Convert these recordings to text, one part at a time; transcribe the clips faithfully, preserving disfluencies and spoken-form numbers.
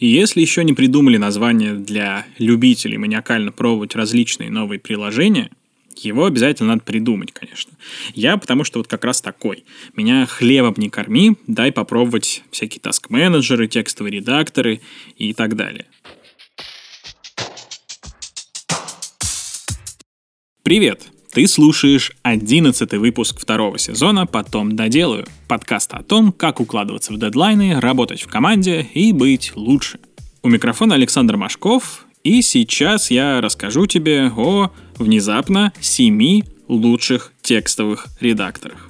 И если еще не придумали название для любителей маниакально пробовать различные новые приложения, его обязательно надо придумать, конечно. Я потому что вот как раз такой. Меня хлебом не корми, дай попробовать всякие таск-менеджеры, текстовые редакторы и так далее. Привет! Ты слушаешь одиннадцатый выпуск второго сезона «Потом доделаю» подкаста о том, как укладываться в дедлайны, работать в команде и быть лучше. У микрофона Александр Машков, и сейчас я расскажу тебе о внезапно семи лучших текстовых редакторах.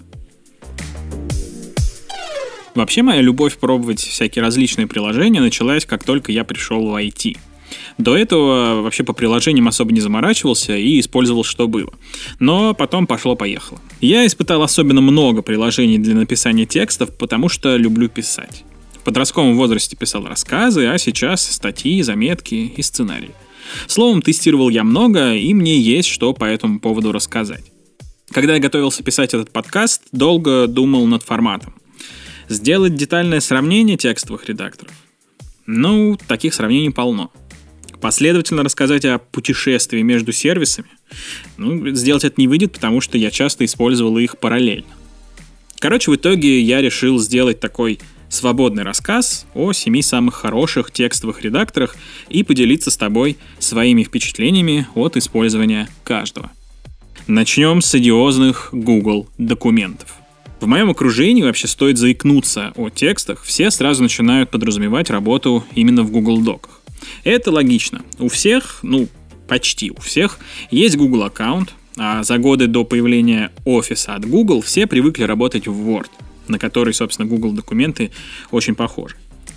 Вообще моя любовь пробовать всякие различные приложения началась, как только я пришел в ай ти. До этого вообще по приложениям особо не заморачивался и использовал, что было. Но потом пошло-поехало. Я испытал особенно много приложений для написания текстов, потому что люблю писать. В подростковом возрасте писал рассказы, а сейчас статьи, заметки и сценарии. Словом, тестировал я много, и мне есть что по этому поводу рассказать. Когда я готовился писать этот подкаст, долго думал над форматом. Сделать детальное сравнение текстовых редакторов? Ну, таких сравнений полно. Последовательно рассказать о путешествии между сервисами? Ну, сделать это не выйдет, потому что я часто использовал их параллельно. Короче, в итоге я решил сделать такой свободный рассказ о семи самых хороших текстовых редакторах и поделиться с тобой своими впечатлениями от использования каждого. Начнем с одиозных Google документов. В моем окружении вообще стоит заикнуться о текстах, все сразу начинают подразумевать работу именно в Google Доках. Это логично. У всех, ну, почти у всех, есть Google аккаунт, а за годы до появления офиса от Google все привыкли работать в Word, на который, собственно, Google документы очень похожи.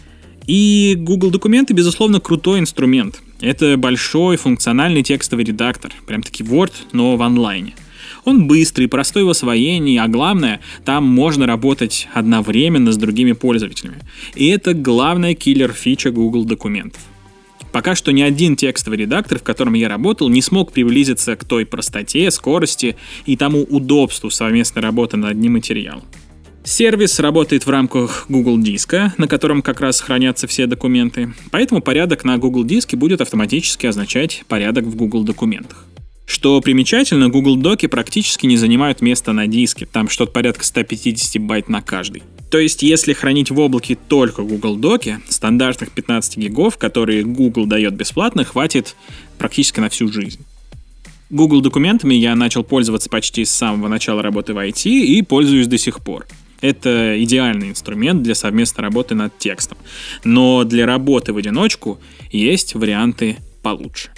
И Google документы, безусловно, крутой инструмент. Это большой функциональный текстовый редактор, прям-таки Word, но в онлайне. Он быстрый, простой в освоении, а главное, там можно работать одновременно с другими пользователями. И это главная киллер-фича Google документов. Пока что ни один текстовый редактор, в котором я работал, не смог приблизиться к той простоте, скорости и тому удобству совместной работы над одним материалом. Сервис работает в рамках Google Диска, на котором как раз хранятся все документы, поэтому порядок на Google Диске будет автоматически означать порядок в Google документах. Что примечательно, Google Доки практически не занимают места на диске, там что-то порядка сто пятьдесят байт на каждый. То есть, если хранить в облаке только Google Доки, стандартных пятнадцать гигов, которые Google дает бесплатно, хватит практически на всю жизнь. Google документами я начал пользоваться почти с самого начала работы в ай ти и пользуюсь до сих пор. Это идеальный инструмент для совместной работы над текстом. Но для работы в одиночку есть варианты получше.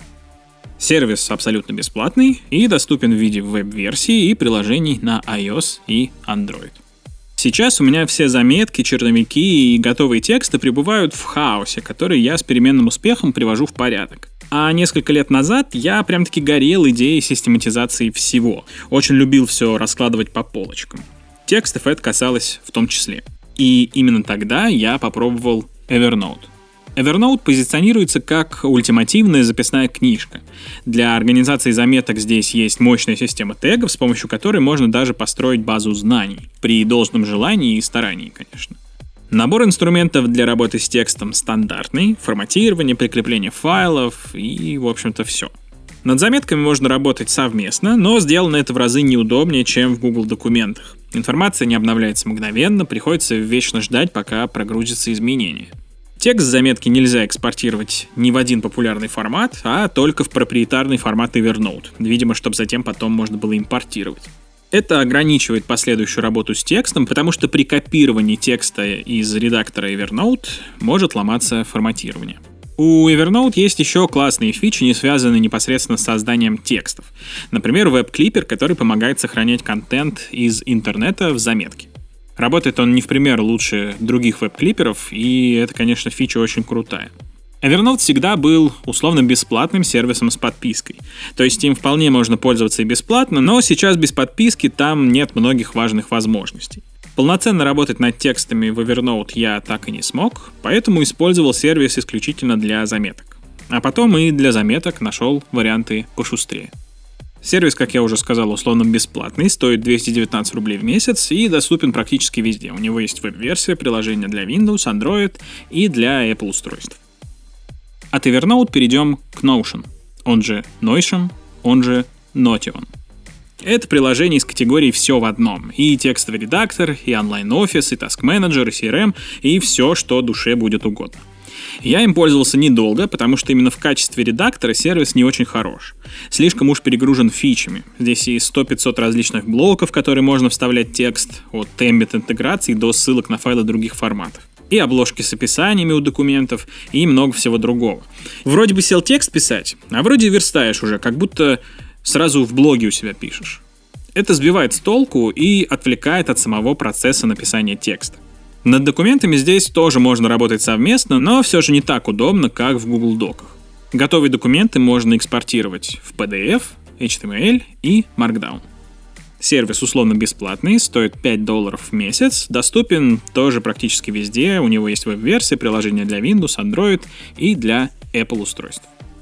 Сервис абсолютно бесплатный и доступен в виде веб-версии и приложений на iOS и Android. Сейчас у меня все заметки, черновики и готовые тексты пребывают в хаосе, который я с переменным успехом привожу в порядок. А несколько лет назад я прям-таки горел идеей систематизации всего. Очень любил все раскладывать по полочкам. Текстов это касалось в том числе. И именно тогда я попробовал Evernote. Evernote позиционируется как ультимативная записная книжка. Для организации заметок здесь есть мощная система тегов, с помощью которой можно даже построить базу знаний. При должном желании и старании, конечно. Набор инструментов для работы с текстом стандартный. Форматирование, прикрепление файлов и, в общем-то, все. Над заметками можно работать совместно, но сделано это в разы неудобнее, чем в Google документах. Информация не обновляется мгновенно, приходится вечно ждать, пока прогрузятся изменения. Текст заметки нельзя экспортировать ни в один популярный формат, а только в проприетарный формат Evernote, видимо, чтобы затем потом можно было импортировать. Это ограничивает последующую работу с текстом, потому что при копировании текста из редактора Evernote может ломаться форматирование. У Evernote есть еще классные фичи, не связанные непосредственно с созданием текстов. Например, веб-клипер, который помогает сохранять контент из интернета в заметки. Работает он не в пример лучше других веб-клиперов, и это, конечно, фича очень крутая. Evernote всегда был условно бесплатным сервисом с подпиской. То есть им вполне можно пользоваться и бесплатно, но сейчас без подписки там нет многих важных возможностей. Полноценно работать над текстами в Evernote я так и не смог, поэтому использовал сервис исключительно для заметок. А потом и для заметок нашел варианты пошустрее. Сервис, как я уже сказал, условно бесплатный, стоит двести девятнадцать рублей в месяц и доступен практически везде. У него есть веб-версия, приложения для Windows, Android и для Apple устройств. От Evernote перейдем к Notion, он же Notion, он же Notion. Это приложение из категории «все в одном». И текстовый редактор, и онлайн-офис, и таск-менеджер, и си эр эм, и все, что душе будет угодно. Я им пользовался недолго, потому что именно в качестве редактора сервис не очень хорош. Слишком уж перегружен фичами. Здесь и сто-пятьсот различных блоков, в которые можно вставлять текст, от эмбед интеграций до ссылок на файлы других форматов. И обложки с описаниями у документов, и много всего другого. Вроде бы сел текст писать, а вроде верстаешь уже, как будто сразу в блоге у себя пишешь. Это сбивает с толку и отвлекает от самого процесса написания текста. Над документами здесь тоже можно работать совместно, но все же не так удобно, как в Google Доках. Готовые документы можно экспортировать в пи ди эф, эйч ти эм эль и Markdown. Сервис условно бесплатный, стоит пять долларов в месяц, доступен тоже практически везде, у него есть веб-версия, приложение для Windows, Android и для Apple устройств.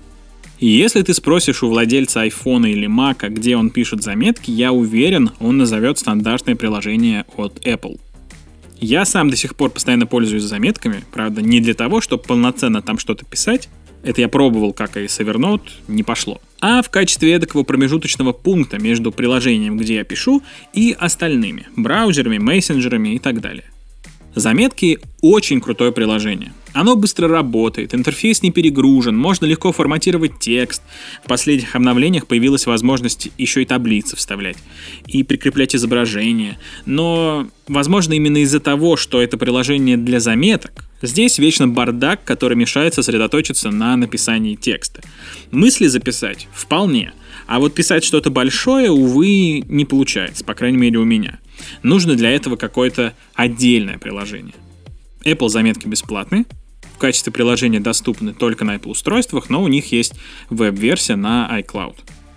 Если ты спросишь у владельца айфона или Mac, где он пишет заметки, я уверен, он назовет стандартное приложение от Apple. Я сам до сих пор постоянно пользуюсь заметками, правда, не для того, чтобы полноценно там что-то писать, это я пробовал, как и с Evernote, не пошло, а в качестве эдакого промежуточного пункта между приложением, где я пишу, и остальными, браузерами, мессенджерами и так далее. Заметки — очень крутое приложение. Оно быстро работает, интерфейс не перегружен, можно легко форматировать текст. В последних обновлениях появилась возможность еще и таблицы вставлять и прикреплять изображения. Но, возможно, именно из-за того, что это приложение для заметок, здесь вечно бардак, который мешает сосредоточиться на написании текста. Мысли записать — вполне. А вот писать что-то большое, увы, не получается, по крайней мере у меня. Нужно для этого какое-то отдельное приложение. Apple заметки бесплатные, в качестве приложения доступны только на Apple устройствах, но у них есть веб-версия на iCloud.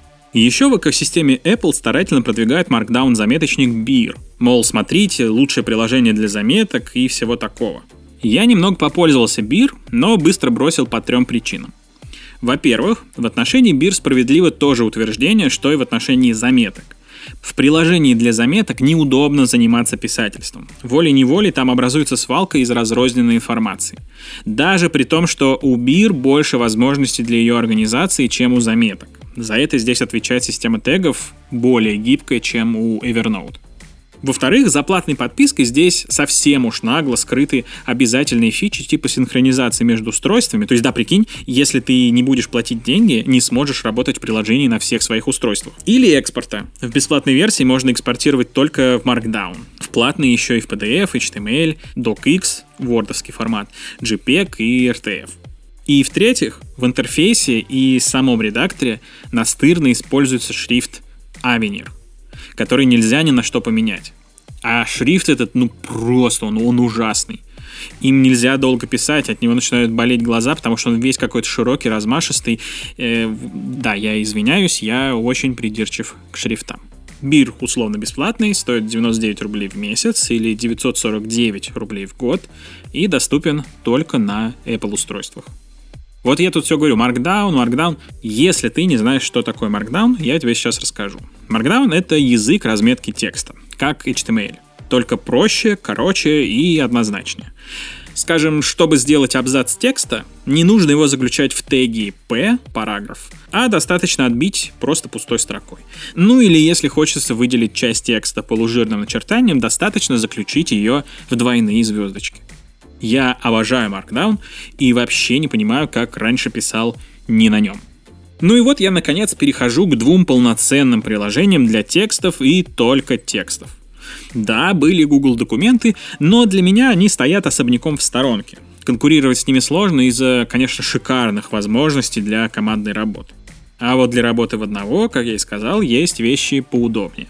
И еще в экосистеме Apple старательно продвигает Markdown заметочник Bear. Мол, смотрите, лучшее приложение для заметок и всего такого. Я немного попользовался Bear, но быстро бросил по трем причинам. Во-первых, в отношении Bear справедливо то же утверждение, что и в отношении заметок. В приложении для заметок неудобно заниматься писательством. Волей-неволей там образуется свалка из разрозненной информации. Даже при том, что у Bear больше возможностей для ее организации, чем у заметок. За это здесь отвечает система тегов более гибкая, чем у Evernote. Во-вторых, за платной подпиской здесь совсем уж нагло скрыты обязательные фичи типа синхронизации между устройствами. То есть, да, прикинь, если ты не будешь платить деньги, не сможешь работать в приложении на всех своих устройствах. Или экспорта. В бесплатной версии можно экспортировать только в Markdown. В платной еще и в пи ди эф, эйч ти эм эль, докс, вордовский формат, джей-пег и эр ти эф. И в-третьих, в интерфейсе и самом редакторе настырно используется шрифт Avenir, который нельзя ни на что поменять. А шрифт этот, ну просто, он, он ужасный. Им нельзя долго писать, от него начинают болеть глаза, потому что он весь какой-то широкий, размашистый. Э, да, я извиняюсь, я очень придирчив к шрифтам. Bear условно бесплатный, стоит девяносто девять рублей в месяц или девятьсот сорок девять рублей в год и доступен только на Apple устройствах. Вот я тут все говорю, Markdown, Markdown. Если ты не знаешь, что такое Markdown, я тебе сейчас расскажу. Markdown — это язык разметки текста, как эйч ти эм эль, только проще, короче и однозначнее. Скажем, чтобы сделать абзац текста, не нужно его заключать в теги P, параграф, а достаточно отбить просто пустой строкой. Ну или если хочется выделить часть текста полужирным начертанием, достаточно заключить ее в двойные звездочки. Я обожаю Markdown и вообще не понимаю, как раньше писал не на нем. Ну и вот я наконец перехожу к двум полноценным приложениям для текстов и только текстов. Да, были Google документы, но для меня они стоят особняком в сторонке. Конкурировать с ними сложно из-за, конечно, шикарных возможностей для командной работы. А вот для работы в одного, как я и сказал, есть вещи поудобнее.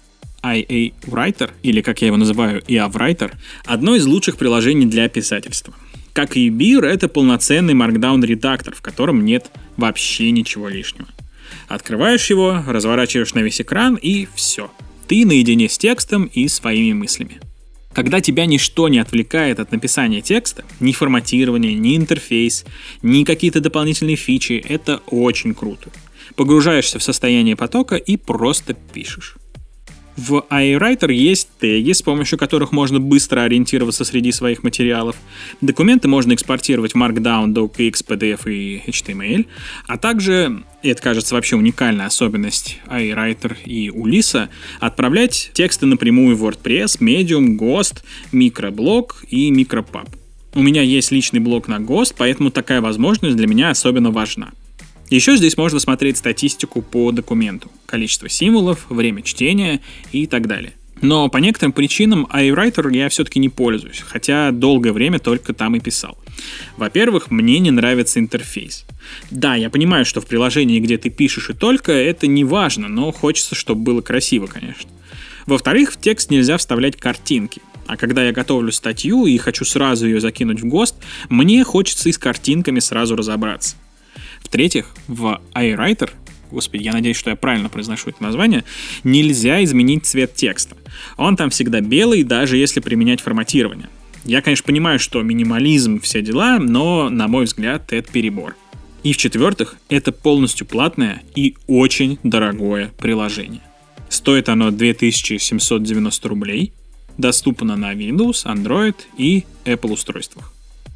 ай эй Writer, или как я его называю, ай эй Writer, одно из лучших приложений для писательства. Как и Bear, это полноценный Markdown-редактор, в котором нет вообще ничего лишнего. Открываешь его, разворачиваешь на весь экран и все. Ты наедине с текстом и своими мыслями. Когда тебя ничто не отвлекает от написания текста, ни форматирование, ни интерфейс, ни какие-то дополнительные фичи, это очень круто. Погружаешься в состояние потока и просто пишешь. В эй ай Writer есть теги, с помощью которых можно быстро ориентироваться среди своих материалов. Документы можно экспортировать в Markdown, DocX, пи ди эф и эйч ти эм эль. А также, и это, кажется, вообще уникальная особенность эй ай Writer и Ulysses, отправлять тексты напрямую в WordPress, Medium, Ghost, Microblog и Micropub. У меня есть личный блог на Ghost, поэтому такая возможность для меня особенно важна. Еще здесь можно смотреть статистику по документу, количество символов, время чтения и так далее. Но по некоторым причинам эй ай Writer я все-таки не пользуюсь, хотя долгое время только там и писал. Во-первых, мне не нравится интерфейс. Да, я понимаю, что в приложении, где ты пишешь и только, это не важно, но хочется, чтобы было красиво, конечно. Во-вторых, в текст нельзя вставлять картинки. А когда я готовлю статью и хочу сразу ее закинуть в Ghost, мне хочется и с картинками сразу разобраться. В-третьих, в эй ай Writer, господи, я надеюсь, что я правильно произношу это название, нельзя изменить цвет текста. Он там всегда белый, даже если применять форматирование. Я, конечно, понимаю, что минимализм, все дела, но, на мой взгляд, это перебор. И в-четвертых, это полностью платное и очень дорогое приложение. Стоит оно две тысячи семьсот девяносто рублей, доступно на Windows, Android и Apple устройствах.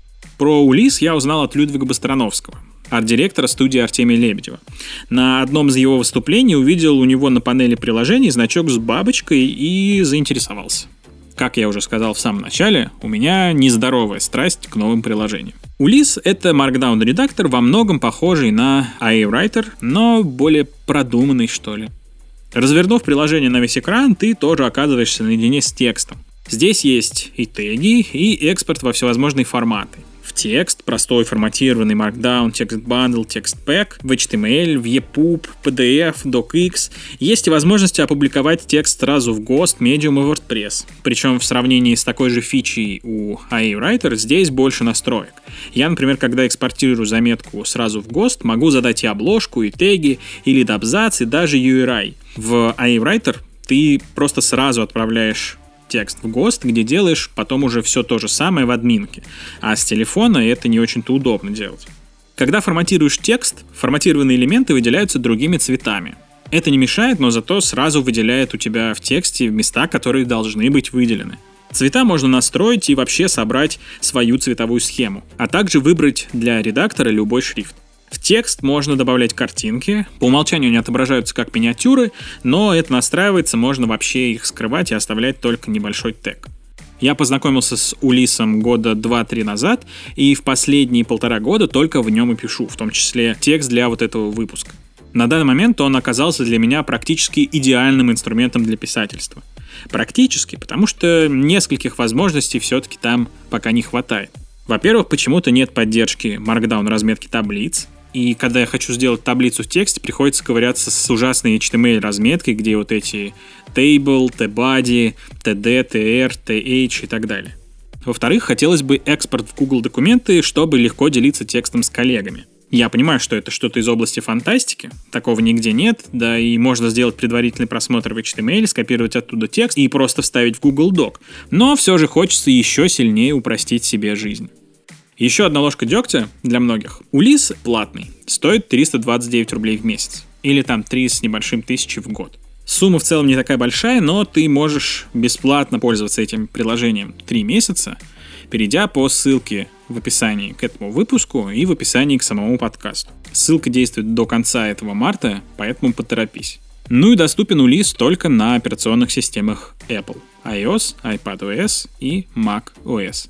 Про Ulysses я узнал от Людвига Бостроновского, арт-директора студии Артемия Лебедева. На одном из его выступлений увидел у него на панели приложений значок с бабочкой и заинтересовался. Как я уже сказал в самом начале, у меня нездоровая страсть к новым приложениям. Ulysses — это Markdown-редактор, во многом похожий на эй ай Writer, но более продуманный, что ли. Развернув приложение на весь экран, ты тоже оказываешься наедине с текстом. Здесь есть и теги, и экспорт во всевозможные форматы. В текст, простой форматированный Markdown, текст bundle, текст pack, в эйч ти эм эль, в и паб, пи ди эф, DocX. Есть и возможность опубликовать текст сразу в Ghost, Medium и WordPress. Причем в сравнении с такой же фичей у эй ай Writer здесь больше настроек. Я, например, когда экспортирую заметку сразу в Ghost, могу задать и обложку, и теги, и лид-абзац, и даже ю ар ай. В эй ай Writer ты просто сразу отправляешь текст в Ghost, где делаешь потом уже все то же самое в админке. А с телефона это не очень-то удобно делать. Когда форматируешь текст, форматированные элементы выделяются другими цветами. Это не мешает, но зато сразу выделяет у тебя в тексте места, которые должны быть выделены. Цвета можно настроить и вообще собрать свою цветовую схему, а также выбрать для редактора любой шрифт. В текст можно добавлять картинки, по умолчанию они отображаются как миниатюры, но это настраивается, можно вообще их скрывать и оставлять только небольшой тег. Я познакомился с Ulysses года два-три назад, и в последние полтора года только в нем и пишу, в том числе текст для вот этого выпуска. На данный момент он оказался для меня практически идеальным инструментом для писательства. Практически, потому что нескольких возможностей все-таки там пока не хватает. Во-первых, почему-то нет поддержки Markdown разметки таблиц. И когда я хочу сделать таблицу в тексте, приходится ковыряться с ужасной эйч ти эм эль-разметкой, где вот эти table, tbody, td, tr, th и так далее. Во-вторых, хотелось бы экспорт в Google документы, чтобы легко делиться текстом с коллегами. Я понимаю, что это что-то из области фантастики, такого нигде нет, да и можно сделать предварительный просмотр в эйч ти эм эль, скопировать оттуда текст и просто вставить в Google Doc. Но все же хочется еще сильнее упростить себе жизнь. Еще одна ложка дегтя для многих. Ulysses платный, стоит триста двадцать девять рублей в месяц. Или там три с небольшим тысячи в год. Сумма в целом не такая большая, но ты можешь бесплатно пользоваться этим приложением три месяца, перейдя по ссылке в описании к этому выпуску и в описании к самому подкасту. Ссылка действует до конца этого марта, поэтому поторопись. Ну и доступен Ulysses только на операционных системах Apple, iOS, iPadOS и macOS.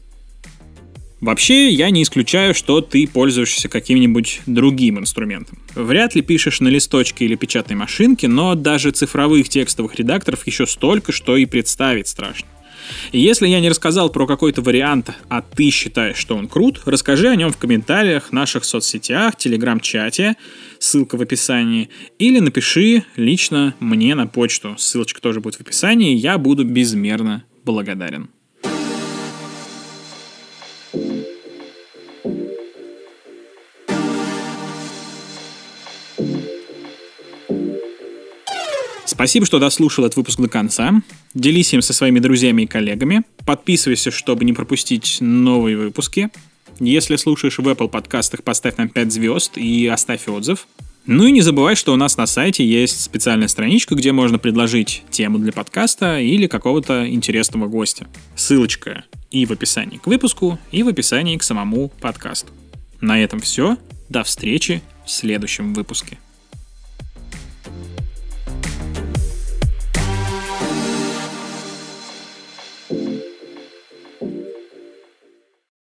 Вообще, я не исключаю, что ты пользуешься каким-нибудь другим инструментом. Вряд ли пишешь на листочке или печатной машинке, но даже цифровых текстовых редакторов еще столько, что и представить страшно. И если я не рассказал про какой-то вариант, а ты считаешь, что он крут, расскажи о нем в комментариях в наших соцсетях, телеграм-чате, ссылка в описании, или напиши лично мне на почту, ссылочка тоже будет в описании, я буду безмерно благодарен. Спасибо, что дослушал этот выпуск до конца. Делись им со своими друзьями и коллегами. Подписывайся, чтобы не пропустить новые выпуски. Если слушаешь в Apple подкастах, поставь нам пять звезд и оставь отзыв. Ну и не забывай, что у нас на сайте есть специальная страничка, где можно предложить тему для подкаста или какого-то интересного гостя. Ссылочка и в описании к выпуску, и в описании к самому подкасту. На этом все. До встречи в следующем выпуске.